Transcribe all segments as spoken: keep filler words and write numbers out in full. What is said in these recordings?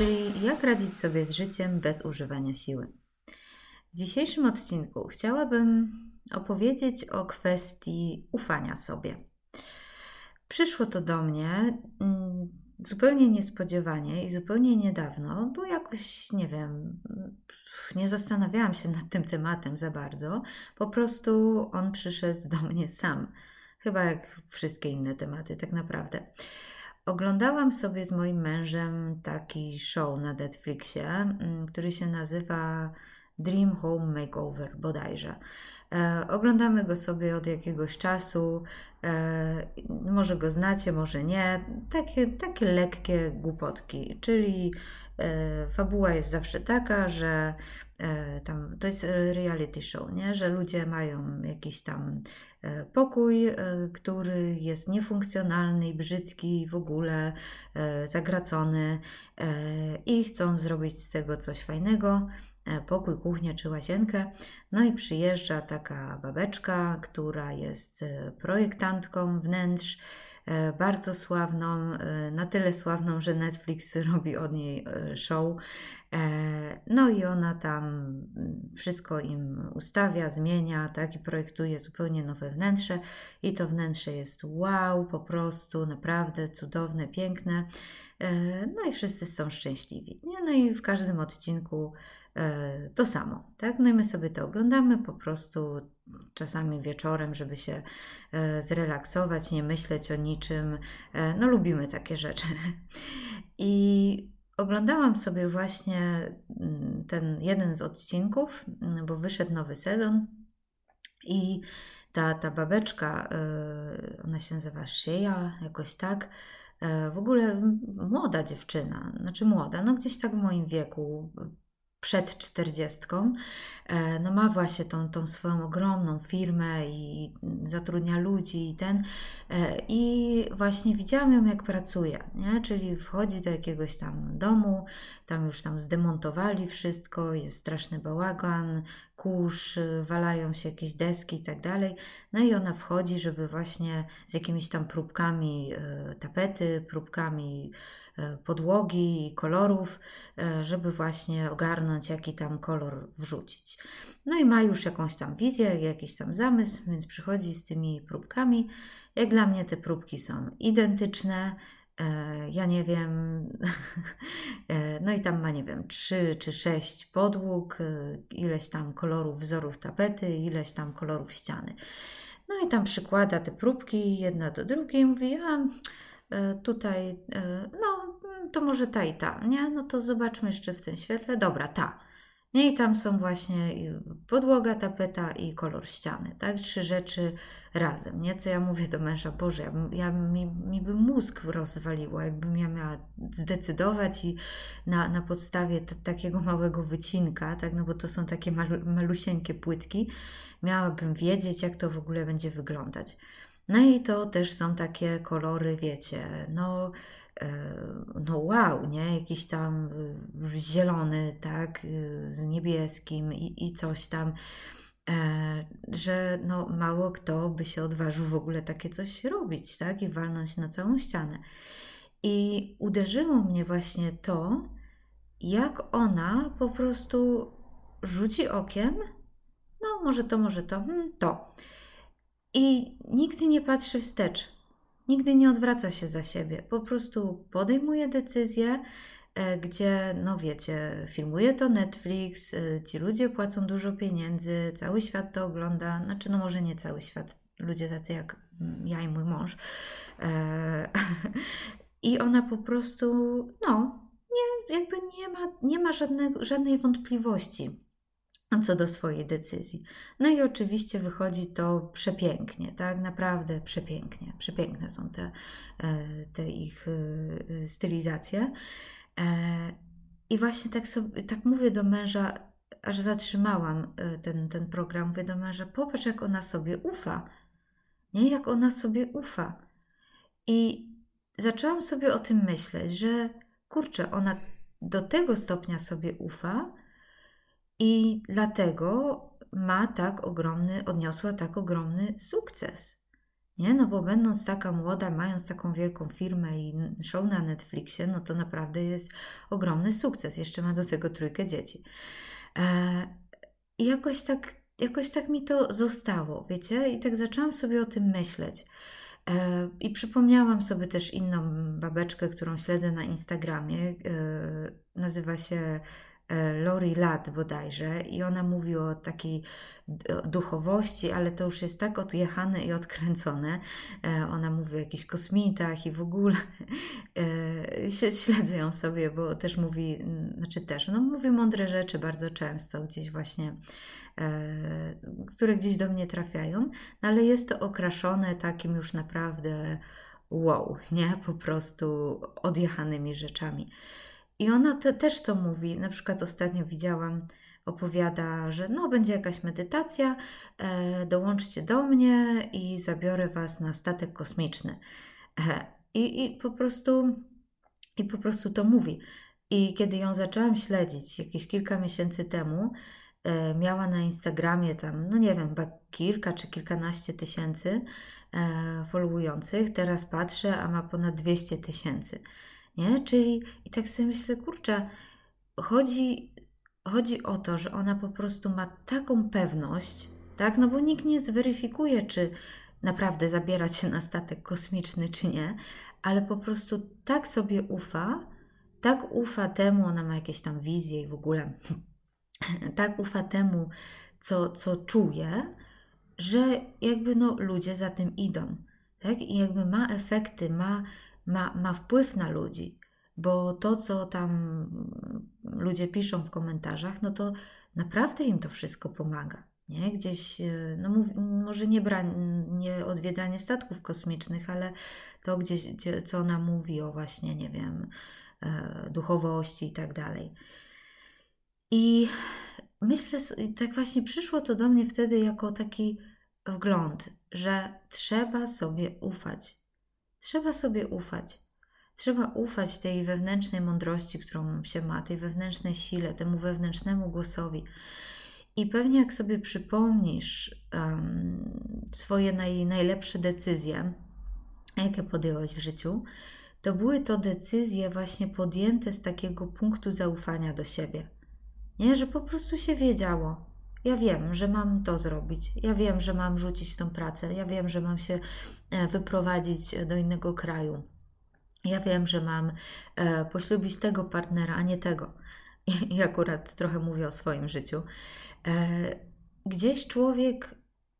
czyli jak radzić sobie z życiem bez używania siły. W dzisiejszym odcinku chciałabym opowiedzieć o kwestii ufania sobie. Przyszło to do mnie mm, zupełnie niespodziewanie i zupełnie niedawno, bo jakoś, nie wiem, nie zastanawiałam się nad tym tematem za bardzo. Po prostu on przyszedł do mnie sam. Chyba jak wszystkie inne tematy, tak naprawdę. Oglądałam sobie z moim mężem taki show na Netflixie, mm, który się nazywa Dream Home Makeover bodajże. E, oglądamy go sobie od jakiegoś czasu, e, może go znacie, może nie. Takie, takie lekkie głupotki, czyli e, fabuła jest zawsze taka, że e, tam, to jest reality show, nie? Że ludzie mają jakiś tam e, pokój, e, który jest niefunkcjonalny i brzydki, w ogóle e, zagracony e, i chcą zrobić z tego coś fajnego. Pokój, kuchnię czy łazienkę. No i przyjeżdża taka babeczka, która jest projektantką wnętrz, bardzo sławną, na tyle sławną, że Netflix robi od niej show. No i ona tam wszystko im ustawia, zmienia, tak, i projektuje zupełnie nowe wnętrze i to wnętrze jest wow, po prostu naprawdę cudowne, piękne. No i wszyscy są szczęśliwi, nie? No i w każdym odcinku to samo, tak? No i my sobie to oglądamy po prostu czasami wieczorem, żeby się zrelaksować, nie myśleć o niczym. No lubimy takie rzeczy. I oglądałam sobie właśnie ten jeden z odcinków, bo wyszedł nowy sezon i ta, ta babeczka, ona się nazywa Shea, jakoś tak, w ogóle młoda dziewczyna, znaczy młoda, no gdzieś tak w moim wieku, przed czterdziestką, no ma właśnie tą, tą swoją ogromną firmę i zatrudnia ludzi i ten i właśnie widziałam ją jak pracuje, nie? Czyli wchodzi do jakiegoś tam domu, tam już tam zdemontowali wszystko, jest straszny bałagan, kurz, walają się jakieś deski i tak dalej, no i ona wchodzi, żeby właśnie z jakimiś tam próbkami tapety, próbkami podłogi i kolorów, żeby właśnie ogarnąć, jaki tam kolor wrzucić. No i ma już jakąś tam wizję, jakiś tam zamysł, więc przychodzi z tymi próbkami. Jak dla mnie te próbki są identyczne, ja nie wiem, no i tam ma, nie wiem, trzy czy sześć podłóg, ileś tam kolorów wzorów tapety, ileś tam kolorów ściany. No i tam przykłada te próbki jedna do drugiej i mówi, a tutaj, no to może ta i ta, nie? No to zobaczmy jeszcze w tym świetle. Dobra, ta. Nie, i tam są właśnie podłoga, tapeta i kolor ściany, tak? Trzy rzeczy razem, nie? Co ja mówię do męża, Boże, ja, bym, ja mi, mi by mózg rozwaliło, jakbym ja miała zdecydować i na, na podstawie t- takiego małego wycinka, tak? No bo to są takie malu, malusieńkie płytki, miałabym wiedzieć, jak to w ogóle będzie wyglądać. No i to też są takie kolory, wiecie, no, no wow, nie? Jakiś tam zielony, tak, z niebieskim i, i coś tam, że no mało kto by się odważył w ogóle takie coś robić, tak, i walnąć na całą ścianę. I uderzyło mnie właśnie to, jak ona po prostu rzuci okiem, no może to, może to, hmm, to. I nigdy nie patrzy wstecz, nigdy nie odwraca się za siebie. Po prostu podejmuje decyzję, gdzie, no wiecie, filmuje to Netflix, ci ludzie płacą dużo pieniędzy, cały świat to ogląda, znaczy no może nie cały świat, ludzie tacy jak ja i mój mąż. I ona po prostu, no, nie, jakby nie ma, nie ma żadnego, żadnej wątpliwości co do swojej decyzji. No i oczywiście wychodzi to przepięknie, tak? Naprawdę przepięknie. Przepiękne są te, te ich stylizacje. I właśnie tak, sobie, tak mówię do męża, aż zatrzymałam ten, ten program, mówię do męża, popatrz jak ona sobie ufa. Nie? Jak ona sobie ufa. I zaczęłam sobie o tym myśleć, że kurczę, ona do tego stopnia sobie ufa, i dlatego ma tak ogromny, odniosła tak ogromny sukces. Nie? No bo będąc taka młoda, mając taką wielką firmę i show na Netflixie, no to naprawdę jest ogromny sukces. Jeszcze ma do tego trójkę dzieci. E, I jakoś tak, jakoś tak mi to zostało, wiecie? I tak zaczęłam sobie o tym myśleć. E, I przypomniałam sobie też inną babeczkę, którą śledzę na Instagramie. E, nazywa się Lori Ladd bodajże i ona mówi o takiej duchowości, ale to już jest tak odjechane i odkręcone. Ona mówi o jakichś kosmitach i w ogóle śledzę ją sobie, bo też mówi, znaczy też, no mówi mądre rzeczy bardzo często, gdzieś właśnie, które gdzieś do mnie trafiają, no ale jest to okraszone takim już naprawdę wow, nie? Po prostu odjechanymi rzeczami. I ona te, też to mówi, na przykład ostatnio widziałam, opowiada, że no będzie jakaś medytacja, e, dołączcie do mnie i zabiorę was na statek kosmiczny. E, i, i, po prostu, I po prostu to mówi. I kiedy ją zaczęłam śledzić jakieś kilka miesięcy temu, e, miała na Instagramie tam, no nie wiem, chyba kilka czy kilkanaście tysięcy e, followujących. Teraz patrzę, a ma ponad dwieście tysięcy. Nie? Czyli i tak sobie myślę, kurczę, chodzi, chodzi o to, że ona po prostu ma taką pewność, tak? No bo nikt nie zweryfikuje, czy naprawdę zabierać się na statek kosmiczny, czy nie, ale po prostu tak sobie ufa, tak ufa temu, ona ma jakieś tam wizje i w ogóle, tak ufa temu, co, co czuje, że jakby no ludzie za tym idą, tak? I jakby ma efekty, ma Ma, ma wpływ na ludzi, bo to, co tam ludzie piszą w komentarzach, no to naprawdę im to wszystko pomaga. Nie? Gdzieś, no mów, może nie, bra, nie odwiedzanie statków kosmicznych, ale to gdzieś, gdzie, co ona mówi o właśnie, nie wiem, e, duchowości i tak dalej. I myślę, tak właśnie przyszło to do mnie wtedy jako taki wgląd, że trzeba sobie ufać. Trzeba sobie ufać. Trzeba ufać tej wewnętrznej mądrości, którą się ma, tej wewnętrznej sile, temu wewnętrznemu głosowi. I pewnie jak sobie przypomnisz um, swoje naj, najlepsze decyzje, jakie podjęłaś w życiu, to były to decyzje właśnie podjęte z takiego punktu zaufania do siebie. Nie, że po prostu się wiedziało. Ja wiem, że mam to zrobić. Ja wiem, że mam rzucić tą pracę. Ja wiem, że mam się wyprowadzić do innego kraju. Ja wiem, że mam e, poślubić tego partnera, a nie tego. I, I akurat trochę mówię o swoim życiu. E, gdzieś człowiek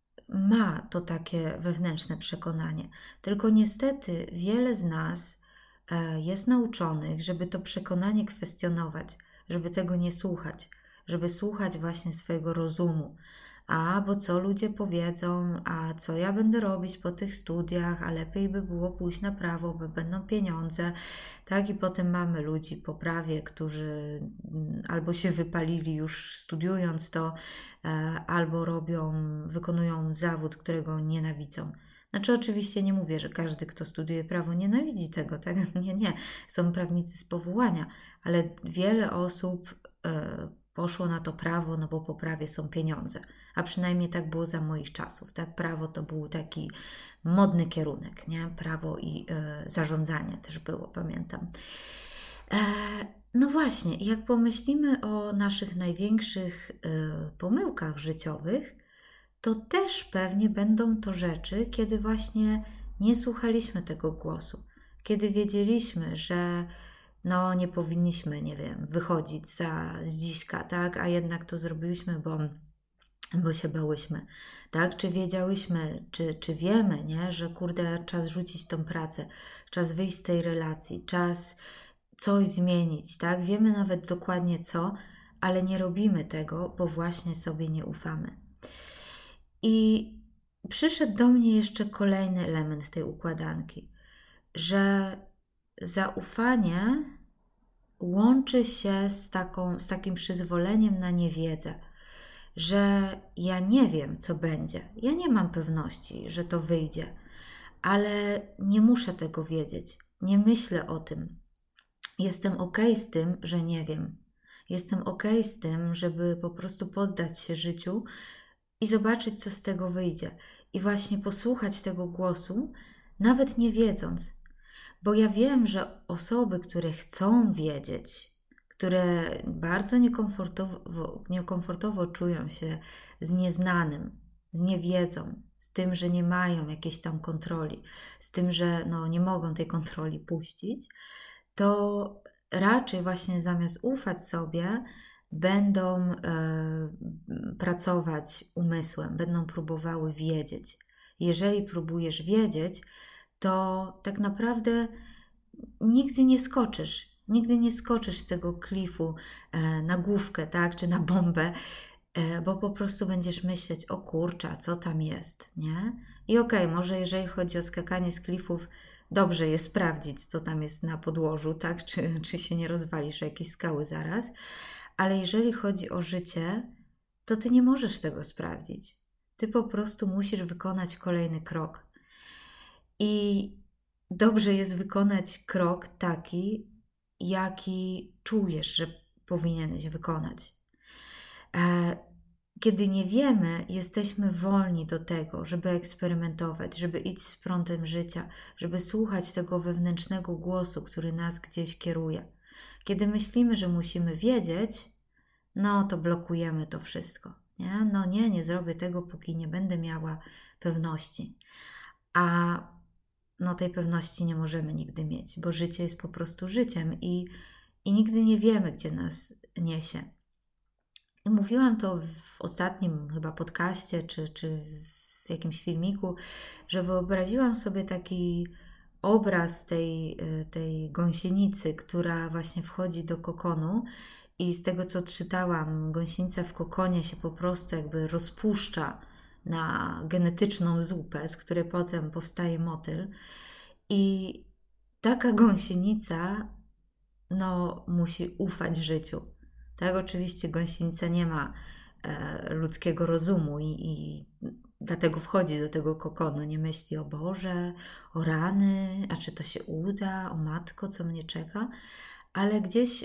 ma to takie wewnętrzne przekonanie. Tylko niestety wiele z nas e, jest nauczonych, żeby to przekonanie kwestionować, żeby tego nie słuchać, żeby słuchać właśnie swojego rozumu. A, bo co ludzie powiedzą, a co ja będę robić po tych studiach, a lepiej by było pójść na prawo, bo będą pieniądze, tak? I potem mamy ludzi po prawie, którzy albo się wypalili już studiując to, albo robią, wykonują zawód, którego nienawidzą. Znaczy oczywiście nie mówię, że każdy, kto studiuje prawo, nienawidzi tego, tak? Nie, nie. Są prawnicy z powołania, ale wiele osób e, poszło na to prawo, no bo po prawie są pieniądze. A przynajmniej tak było za moich czasów, tak? Prawo to był taki modny kierunek, nie? Prawo i e, zarządzanie też było, pamiętam. E, no właśnie, jak pomyślimy o naszych największych e, pomyłkach życiowych, to też pewnie będą to rzeczy, kiedy właśnie nie słuchaliśmy tego głosu, kiedy wiedzieliśmy, że no nie powinniśmy, nie wiem, wychodzić za zdziśka, tak, a jednak to zrobiliśmy, bo, bo się bałyśmy, tak, czy wiedziałyśmy, czy, czy wiemy, nie, że kurde, czas rzucić tą pracę, czas wyjść z tej relacji, czas coś zmienić, tak, wiemy nawet dokładnie co, ale nie robimy tego, bo właśnie sobie nie ufamy. I przyszedł do mnie jeszcze kolejny element tej układanki, że zaufanie łączy się z, taką, z takim przyzwoleniem na niewiedzę, że ja nie wiem, co będzie. Ja nie mam pewności, że to wyjdzie, ale nie muszę tego wiedzieć. Nie myślę o tym. Jestem okej z tym, że nie wiem. Jestem okej z tym, żeby po prostu poddać się życiu i zobaczyć, co z tego wyjdzie. i właśnie posłuchać tego głosu, nawet nie wiedząc. Bo ja wiem, że osoby, które chcą wiedzieć, które bardzo niekomfortowo, niekomfortowo czują się z nieznanym, z niewiedzą, z tym, że nie mają jakiejś tam kontroli, z tym, że no, nie mogą tej kontroli puścić, to raczej właśnie zamiast ufać sobie, będą e, pracować umysłem, będą próbowały wiedzieć. Jeżeli próbujesz wiedzieć, to tak naprawdę nigdy nie skoczysz. Nigdy nie skoczysz z tego klifu e, na główkę, tak, czy na bombę, e, bo po prostu będziesz myśleć, o kurczę, co tam jest, nie? I okej, okay, może jeżeli chodzi o skakanie z klifów, dobrze jest sprawdzić, co tam jest na podłożu, tak, czy, czy się nie rozwalisz o jakieś skały zaraz, ale jeżeli chodzi o życie, to ty nie możesz tego sprawdzić. Ty po prostu musisz wykonać kolejny krok. I dobrze jest wykonać krok taki, jaki czujesz, że powinieneś wykonać. Kiedy nie wiemy, jesteśmy wolni do tego, żeby eksperymentować, żeby iść z prądem życia, żeby słuchać tego wewnętrznego głosu, który nas gdzieś kieruje. Kiedy myślimy, że musimy wiedzieć, no to blokujemy to wszystko. Nie? No nie, nie zrobię tego, póki nie będę miała pewności. A no tej pewności nie możemy nigdy mieć, bo życie jest po prostu życiem i, i nigdy nie wiemy, gdzie nas niesie. I mówiłam to w ostatnim chyba podcaście, czy, czy w jakimś filmiku, że wyobraziłam sobie taki obraz tej, tej gąsienicy, która właśnie wchodzi do kokonu i z tego, co czytałam, gąsienica w kokonie się po prostu jakby rozpuszcza na genetyczną zupę, z której potem powstaje motyl. I taka gąsienica no, musi ufać życiu. Tak, oczywiście gąsienica nie ma e, ludzkiego rozumu i, i dlatego wchodzi do tego kokonu. Nie myśli o Boże, o rany, a czy to się uda, o matko, co mnie czeka, ale gdzieś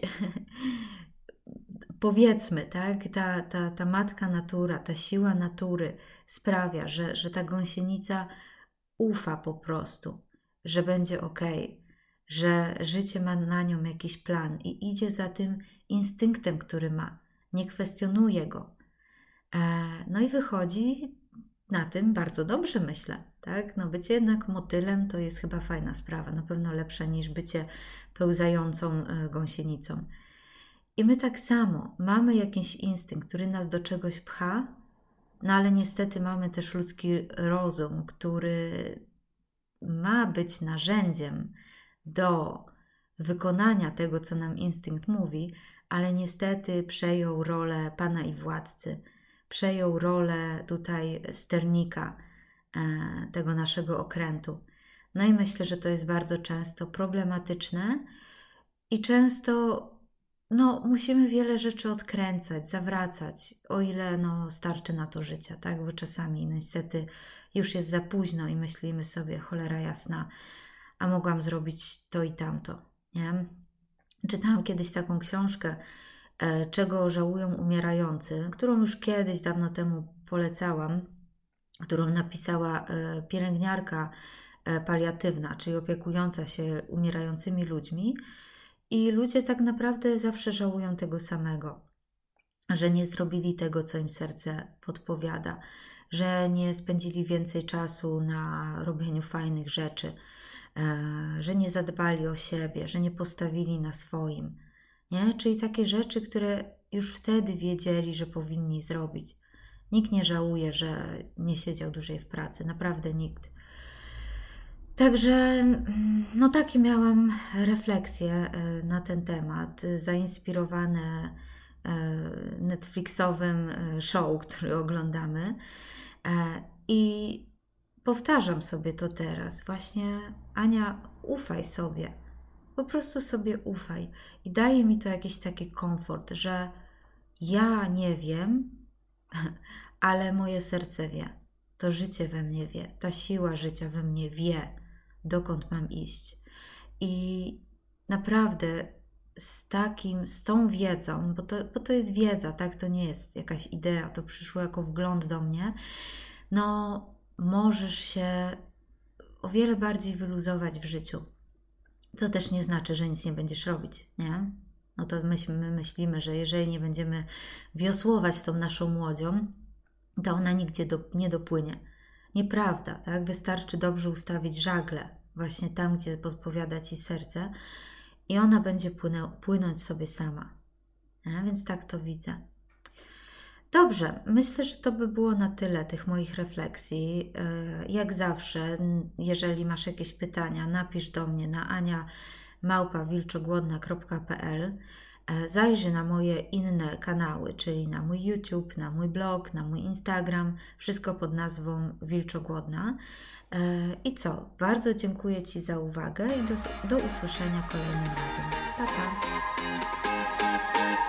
powiedzmy, tak, ta, ta, ta matka natura, ta siła natury sprawia, że, że ta gąsienica ufa po prostu, że będzie okej, że życie ma na nią jakiś plan i idzie za tym instynktem, który ma, nie kwestionuje go. E, no i wychodzi na tym bardzo dobrze, myślę, tak? No bycie jednak motylem to jest chyba fajna sprawa, na pewno lepsza niż bycie pełzającą gąsienicą. I my tak samo mamy jakiś instynkt, który nas do czegoś pcha, no ale niestety mamy też ludzki rozum, który ma być narzędziem do wykonania tego, co nam instynkt mówi, ale niestety przejął rolę pana i władcy, przejął rolę tutaj sternika e, tego naszego okrętu. No i myślę, że to jest bardzo często problematyczne i często no, musimy wiele rzeczy odkręcać, zawracać, o ile no, starczy na to życia, tak? Bo czasami niestety już jest za późno i myślimy sobie, cholera jasna, a mogłam zrobić to i tamto, nie? Czytałam kiedyś taką książkę, e, Czego żałują umierający, którą już kiedyś dawno temu polecałam, którą napisała e, pielęgniarka e, paliatywna, czyli opiekująca się umierającymi ludźmi. I ludzie tak naprawdę zawsze żałują tego samego, że nie zrobili tego, co im serce podpowiada, że nie spędzili więcej czasu na robieniu fajnych rzeczy, że nie zadbali o siebie, że nie postawili na swoim. Nie? Czyli takie rzeczy, które już wtedy wiedzieli, że powinni zrobić. Nikt nie żałuje, że nie siedział dłużej w pracy, naprawdę nikt. Także no takie miałam refleksje na ten temat, zainspirowane Netflixowym show, który oglądamy. I powtarzam sobie to teraz. Właśnie, Ania, ufaj sobie. Po prostu sobie ufaj. I daje mi to jakiś taki komfort, że ja nie wiem, ale moje serce wie. To życie we mnie wie. Ta siła życia we mnie wie, dokąd mam iść. I naprawdę z takim, z tą wiedzą, bo to, bo to jest wiedza, tak? To nie jest jakaś idea, to przyszło jako wgląd do mnie. No, możesz się o wiele bardziej wyluzować w życiu. Co też nie znaczy, że nic nie będziesz robić, nie? No to my, my myślimy, że jeżeli nie będziemy wiosłować tą naszą młodzią, to ona nigdzie do, nie dopłynie. Nieprawda, tak? Wystarczy dobrze ustawić żagle właśnie tam, gdzie podpowiada Ci serce i ona będzie płynę, płynąć sobie sama. Nie? Więc tak to widzę. Dobrze, myślę, że to by było na tyle tych moich refleksji. Jak zawsze, jeżeli masz jakieś pytania, napisz do mnie na ania małpa wilczogłodna kropka p l. Zajrzyj na moje inne kanały, czyli na mój YouTube, na mój blog, na mój Instagram, wszystko pod nazwą Wilczogłodna. I co? Bardzo dziękuję Ci za uwagę i do, do usłyszenia kolejnym razem. Pa, pa!